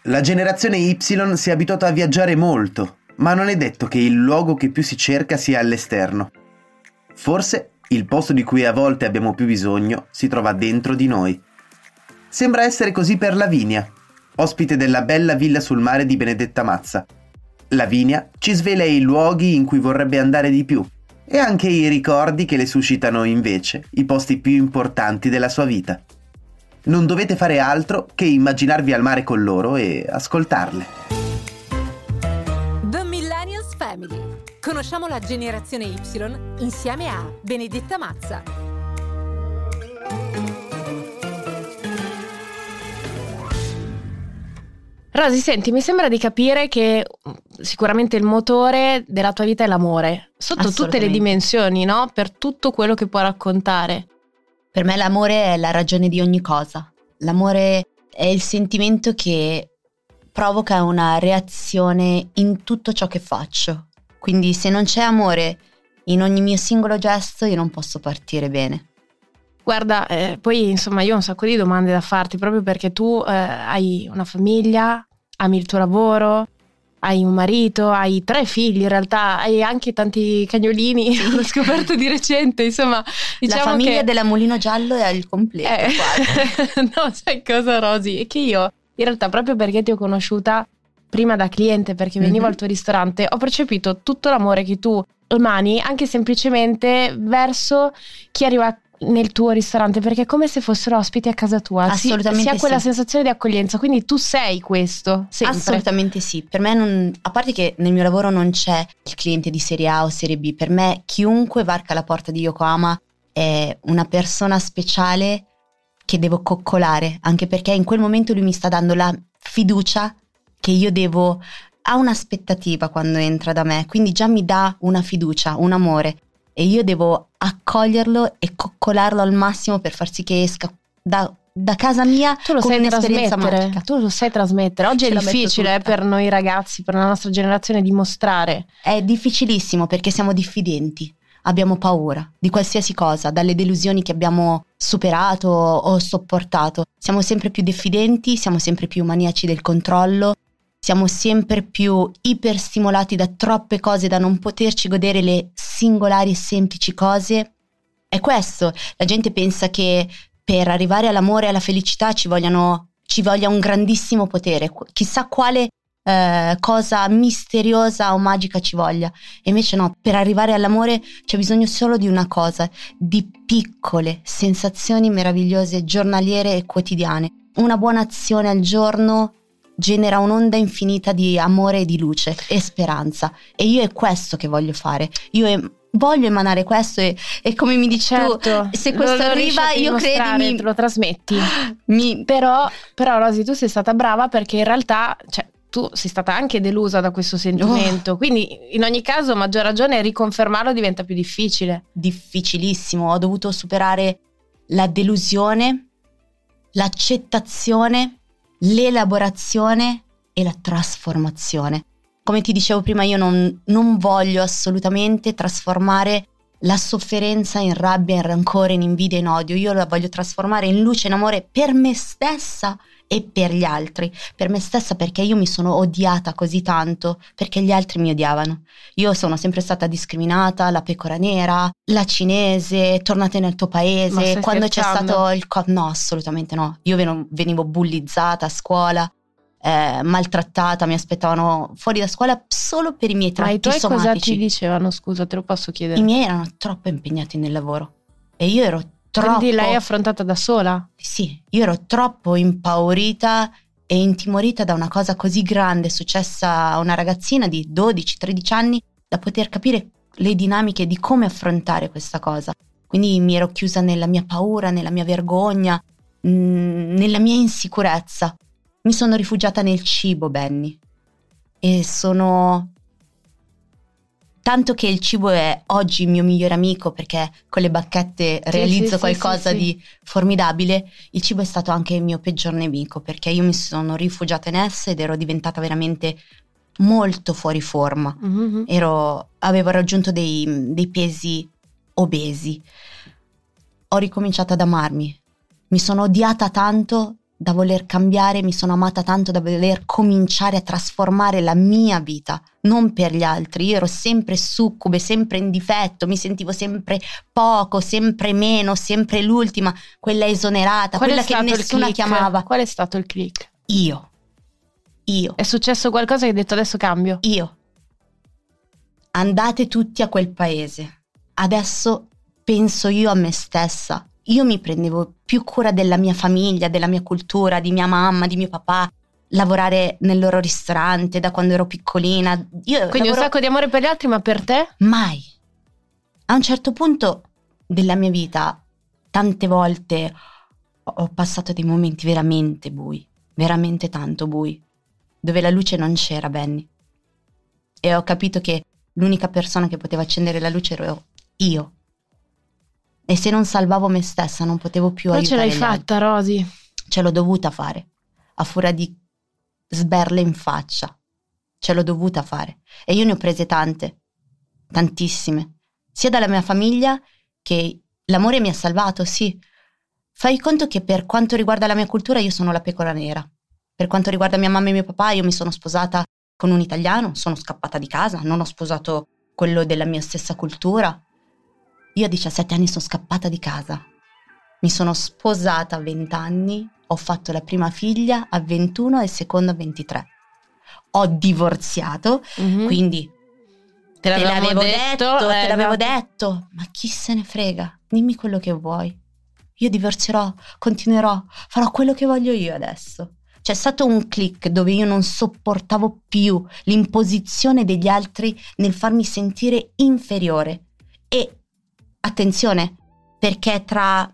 La generazione Y si è abituata a viaggiare molto, ma non è detto che il luogo che più si cerca sia all'esterno. Forse il posto di cui a volte abbiamo più bisogno si trova dentro di noi. Sembra essere così per Lavinia, ospite della bella villa sul mare di Benedetta Mazza. Lavinia ci svela i luoghi in cui vorrebbe andare di più e anche i ricordi che le suscitano invece i posti più importanti della sua vita. Non dovete fare altro che immaginarvi al mare con loro e ascoltarle. The Millennials Family. Conosciamo la generazione Y insieme a Benedetta Mazza. Rosy, senti, mi sembra di capire che sicuramente il motore della tua vita è l'amore, sotto tutte le dimensioni, no? Per tutto quello che può raccontare. Per me l'amore è la ragione di ogni cosa. L'amore è il sentimento che provoca una reazione in tutto ciò che faccio. Quindi se non c'è amore in ogni mio singolo gesto, io non posso partire bene. Guarda, poi insomma io ho un sacco di domande da farti, proprio perché tu hai una famiglia, ami il tuo lavoro, hai un marito, hai 3 figli in realtà, hai anche tanti cagnolini, l'ho scoperto di recente, insomma. Diciamo la famiglia che della Mulino Giallo è al completo quasi. No, sai cosa, Rosy? È che io in realtà, proprio perché ti ho conosciuta prima da cliente, perché venivo al tuo ristorante, ho percepito tutto l'amore che tu emani anche semplicemente verso chi arriva nel tuo ristorante, perché è come se fossero ospiti a casa tua. Assolutamente si ha quella sì. sensazione di accoglienza, quindi tu sei questo sempre. Assolutamente sì. Per me a parte che nel mio lavoro non c'è il cliente di serie A o serie B, per me chiunque varca la porta di Yokohama è una persona speciale che devo coccolare, anche perché in quel momento lui mi sta dando la fiducia che io devo. Ha un'aspettativa quando entra da me, quindi già mi dà una fiducia, un amore, e io devo accoglierlo e coccolarlo al massimo per far sì che esca da casa mia con un'esperienza magica. Tu lo sai trasmettere. Oggi Ce è la metto difficile tutta. per noi ragazzi, per la nostra generazione, dimostrare. È difficilissimo perché siamo diffidenti, abbiamo paura di qualsiasi cosa, dalle delusioni che abbiamo superato o sopportato. Siamo sempre più diffidenti, siamo sempre più maniaci del controllo, siamo sempre più iperstimolati da troppe cose da non poterci godere le singolari e semplici cose. È questo, la gente pensa che per arrivare all'amore e alla felicità ci voglia un grandissimo potere, chissà quale cosa misteriosa o magica ci voglia. E invece no, per arrivare all'amore c'è bisogno solo di una cosa, di piccole sensazioni meravigliose giornaliere e quotidiane. Una buona azione al giorno genera un'onda infinita di amore e di luce e speranza, e io è questo che voglio fare. Voglio emanare questo e come mi dici tu, se questo arriva, io credimi, te lo trasmetti. Però Rosy, tu sei stata brava, perché in realtà, cioè, tu sei stata anche delusa da questo sentimento, quindi in ogni caso, a maggior ragione, riconfermarlo diventa più difficile. Difficilissimo. Ho dovuto superare la delusione, l'accettazione, l'elaborazione e la trasformazione. Come ti dicevo prima, io non voglio assolutamente trasformare la sofferenza in rabbia, in rancore, in invidia, in odio. Io la voglio trasformare in luce, in amore, per me stessa e per gli altri. Per me stessa perché io mi sono odiata così tanto, perché gli altri mi odiavano. Io sono sempre stata discriminata, la pecora nera, la cinese, tornate nel tuo paese. Quando c'è stato il no, assolutamente no. Io venivo bullizzata a scuola, maltrattata, mi aspettavano fuori da scuola solo per i miei tratti somatici. Ma i tuoi cosa ti dicevano? Scusa, te lo posso chiedere? I miei erano troppo impegnati nel lavoro e io ero troppo. Quindi l'hai affrontata da sola? Sì, io ero troppo impaurita e intimorita da una cosa così grande successa a una ragazzina di 12-13 anni da poter capire le dinamiche di come affrontare questa cosa. Quindi mi ero chiusa nella mia paura, nella mia vergogna, nella mia insicurezza. Mi sono rifugiata nel cibo, Benny, e tanto che il cibo è oggi il mio migliore amico, perché con le bacchette realizzo qualcosa di formidabile. Il cibo è stato anche il mio peggior nemico, perché io mi sono rifugiata in esso ed ero diventata veramente molto fuori forma. Avevo raggiunto dei pesi obesi. Ho ricominciato ad amarmi, mi sono odiata tanto da voler cambiare, mi sono amata tanto da voler cominciare a trasformare la mia vita, non per gli altri. Io ero sempre succube, sempre in difetto, mi sentivo sempre poco, sempre meno, sempre l'ultima, quella esonerata, quella che nessuna chiamava. Qual è stato il click? Io. È successo qualcosa che hai detto adesso cambio? Io. Andate tutti a quel paese. Adesso penso io a me stessa. Io mi prendevo più cura della mia famiglia, della mia cultura, di mia mamma, di mio papà, lavorare nel loro ristorante da quando ero piccolina. Quindi un sacco di amore per gli altri, ma per te? Mai. A un certo punto della mia vita, tante volte ho passato dei momenti veramente bui, veramente tanto bui, dove la luce non c'era, Benny. E ho capito che l'unica persona che poteva accendere la luce ero io. E se non salvavo me stessa non potevo più aiutare. Ma ce l'hai fatta, Rosy? Ce l'ho dovuta fare, a furia di sberle in faccia. Ce l'ho dovuta fare. E io ne ho prese tante, tantissime. Sia dalla mia famiglia, che l'amore mi ha salvato, sì. Fai conto che per quanto riguarda la mia cultura io sono la pecora nera. Per quanto riguarda mia mamma e mio papà, io mi sono sposata con un italiano, sono scappata di casa, non ho sposato quello della mia stessa cultura. Io a 17 anni sono scappata di casa, mi sono sposata a 20 anni, ho fatto la prima figlia a 21 e seconda a 23. Ho divorziato, quindi te l'avevo detto, ma chi se ne frega, dimmi quello che vuoi. Io divorzierò, continuerò, farò quello che voglio io adesso. C'è stato un click dove io non sopportavo più l'imposizione degli altri nel farmi sentire inferiore. E attenzione, perché tra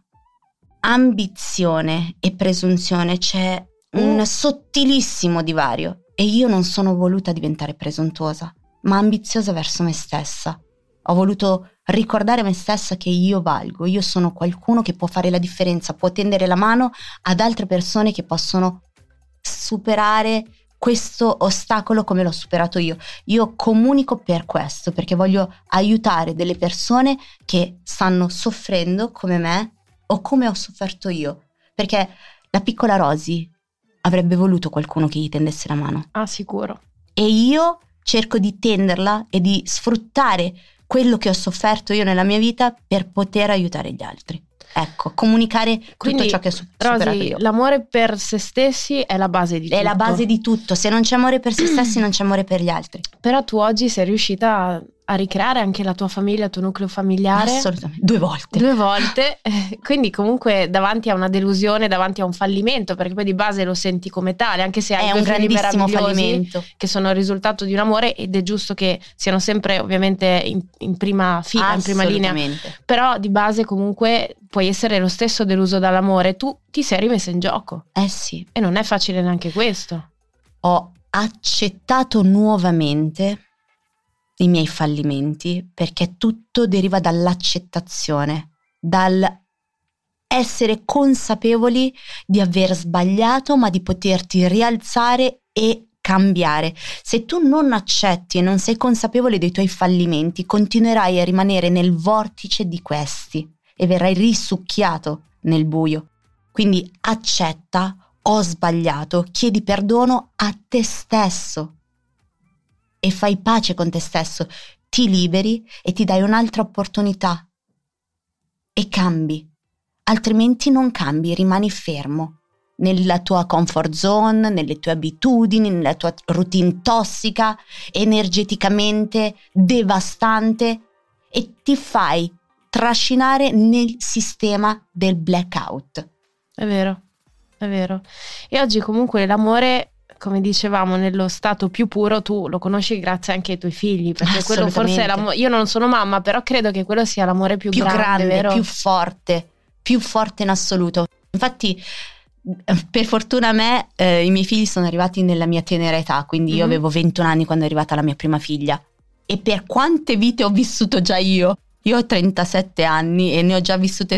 ambizione e presunzione c'è un sottilissimo divario e io non sono voluta diventare presuntuosa, ma ambiziosa verso me stessa. Ho voluto ricordare a me stessa che io valgo, io sono qualcuno che può fare la differenza, può tendere la mano ad altre persone che possono superare questo ostacolo come l'ho superato io. Io comunico per questo, perché voglio aiutare delle persone che stanno soffrendo come me o come ho sofferto io, perché la piccola Rosy avrebbe voluto qualcuno che gli tendesse la mano. Ah, sicuro. E io cerco di tenderla e di sfruttare quello che ho sofferto io nella mia vita per poter aiutare gli altri. Ecco, comunicare tutto ciò che ho superato Rosy, io. l'amore per se stessi è la base di tutto. È la base di tutto. Se non c'è amore per se stessi non c'è amore per gli altri. Però tu oggi sei riuscita a ricreare anche la tua famiglia, il tuo nucleo familiare. Assolutamente, 2 volte. 2 volte, quindi comunque davanti a una delusione, davanti a un fallimento, perché poi di base lo senti come tale, anche se hai è due un figli grandissimo meravigliosi fallimento che sono il risultato di un amore, ed è giusto che siano sempre ovviamente in prima fila, in prima linea, però di base comunque puoi essere lo stesso deluso dall'amore, tu ti sei rimessa in gioco. Sì. E non è facile neanche questo. Ho accettato nuovamente i miei fallimenti, perché tutto deriva dall'accettazione, dal essere consapevoli di aver sbagliato, ma di poterti rialzare e cambiare. Se tu non accetti e non sei consapevole dei tuoi fallimenti, continuerai a rimanere nel vortice di questi e verrai risucchiato nel buio. Quindi accetta, ho sbagliato, chiedi perdono a te stesso e fai pace con te stesso, ti liberi e ti dai un'altra opportunità e cambi, altrimenti non cambi, rimani fermo nella tua comfort zone, nelle tue abitudini, nella tua routine tossica, energeticamente devastante, e ti fai trascinare nel sistema del blackout. È vero, è vero. E oggi comunque l'amore, come dicevamo, nello stato più puro tu lo conosci grazie anche ai tuoi figli, perché quello forse è l'amore. Io non sono mamma, però credo che quello sia l'amore più grande, vero? più forte in assoluto. Infatti, per fortuna a me, i miei figli sono arrivati nella mia tenera età, quindi io avevo 21 anni quando è arrivata la mia prima figlia. E per quante vite ho vissuto già io? Io ho 37 anni e ne ho già vissute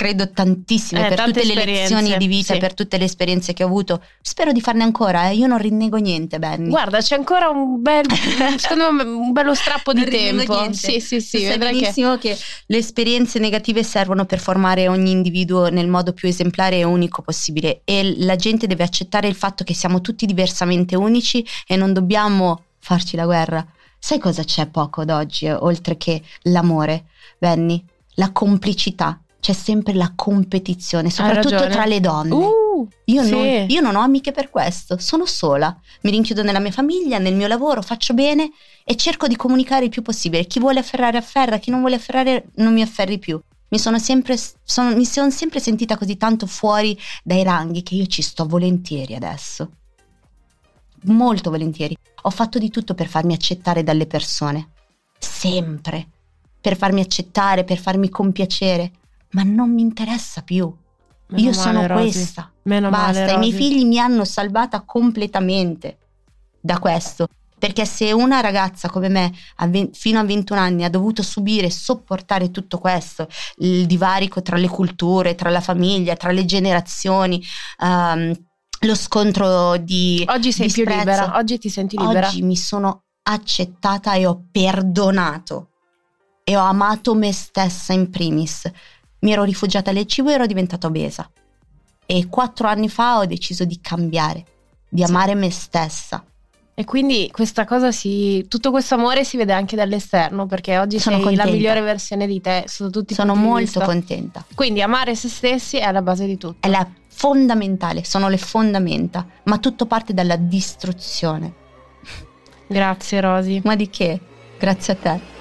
credo tantissime per tante tutte le esperienze, lezioni di vita, sì. per tutte le esperienze che ho avuto. Spero di farne ancora, io non rinnego niente, Benny. Guarda, c'è ancora secondo me un bello strappo di Non rinnego tempo. niente. Sì, Tu sai vedrai benissimo che le esperienze negative servono per formare ogni individuo nel modo più esemplare e unico possibile, e la gente deve accettare il fatto che siamo tutti diversamente unici e non dobbiamo farci la guerra. Sai cosa c'è poco ad oggi, oltre che l'amore, Benny? La complicità. C'è sempre la competizione, soprattutto ragione. tra le donne. Io non ho amiche per questo, sono sola, mi rinchiudo nella mia famiglia, nel mio lavoro, faccio bene e cerco di comunicare il più possibile. Chi vuole afferrare afferra, chi non vuole afferrare non mi afferri più. Mi sono sempre sentita così tanto fuori dai ranghi che io ci sto volentieri adesso. Molto volentieri. Ho fatto di tutto per farmi accettare dalle persone. Sempre. Per farmi accettare, per farmi compiacere. Ma non mi interessa più. Io sono questa. Basta, i miei figli mi hanno salvata completamente da questo. Perché se una ragazza come me fino a 21 anni ha dovuto subire e sopportare tutto questo, il divarico tra le culture, tra la famiglia, tra le generazioni, lo scontro di oggi sei più disprezzo. libera, oggi ti senti libera. Oggi mi sono accettata e ho perdonato e ho amato me stessa in primis. Mi ero rifugiata nel cibo e ero diventata obesa, e 4 anni fa ho deciso di cambiare, di amare me stessa. E quindi questa cosa tutto questo amore si vede anche dall'esterno, perché oggi Sono sei contenta. la migliore versione di te sotto tutti i Sono punti di molto vista. contenta. Quindi amare se stessi è alla base di tutto. È la fondamentale, sono le fondamenta, ma tutto parte dalla distruzione. Grazie Rosy. Ma di che? Grazie a te.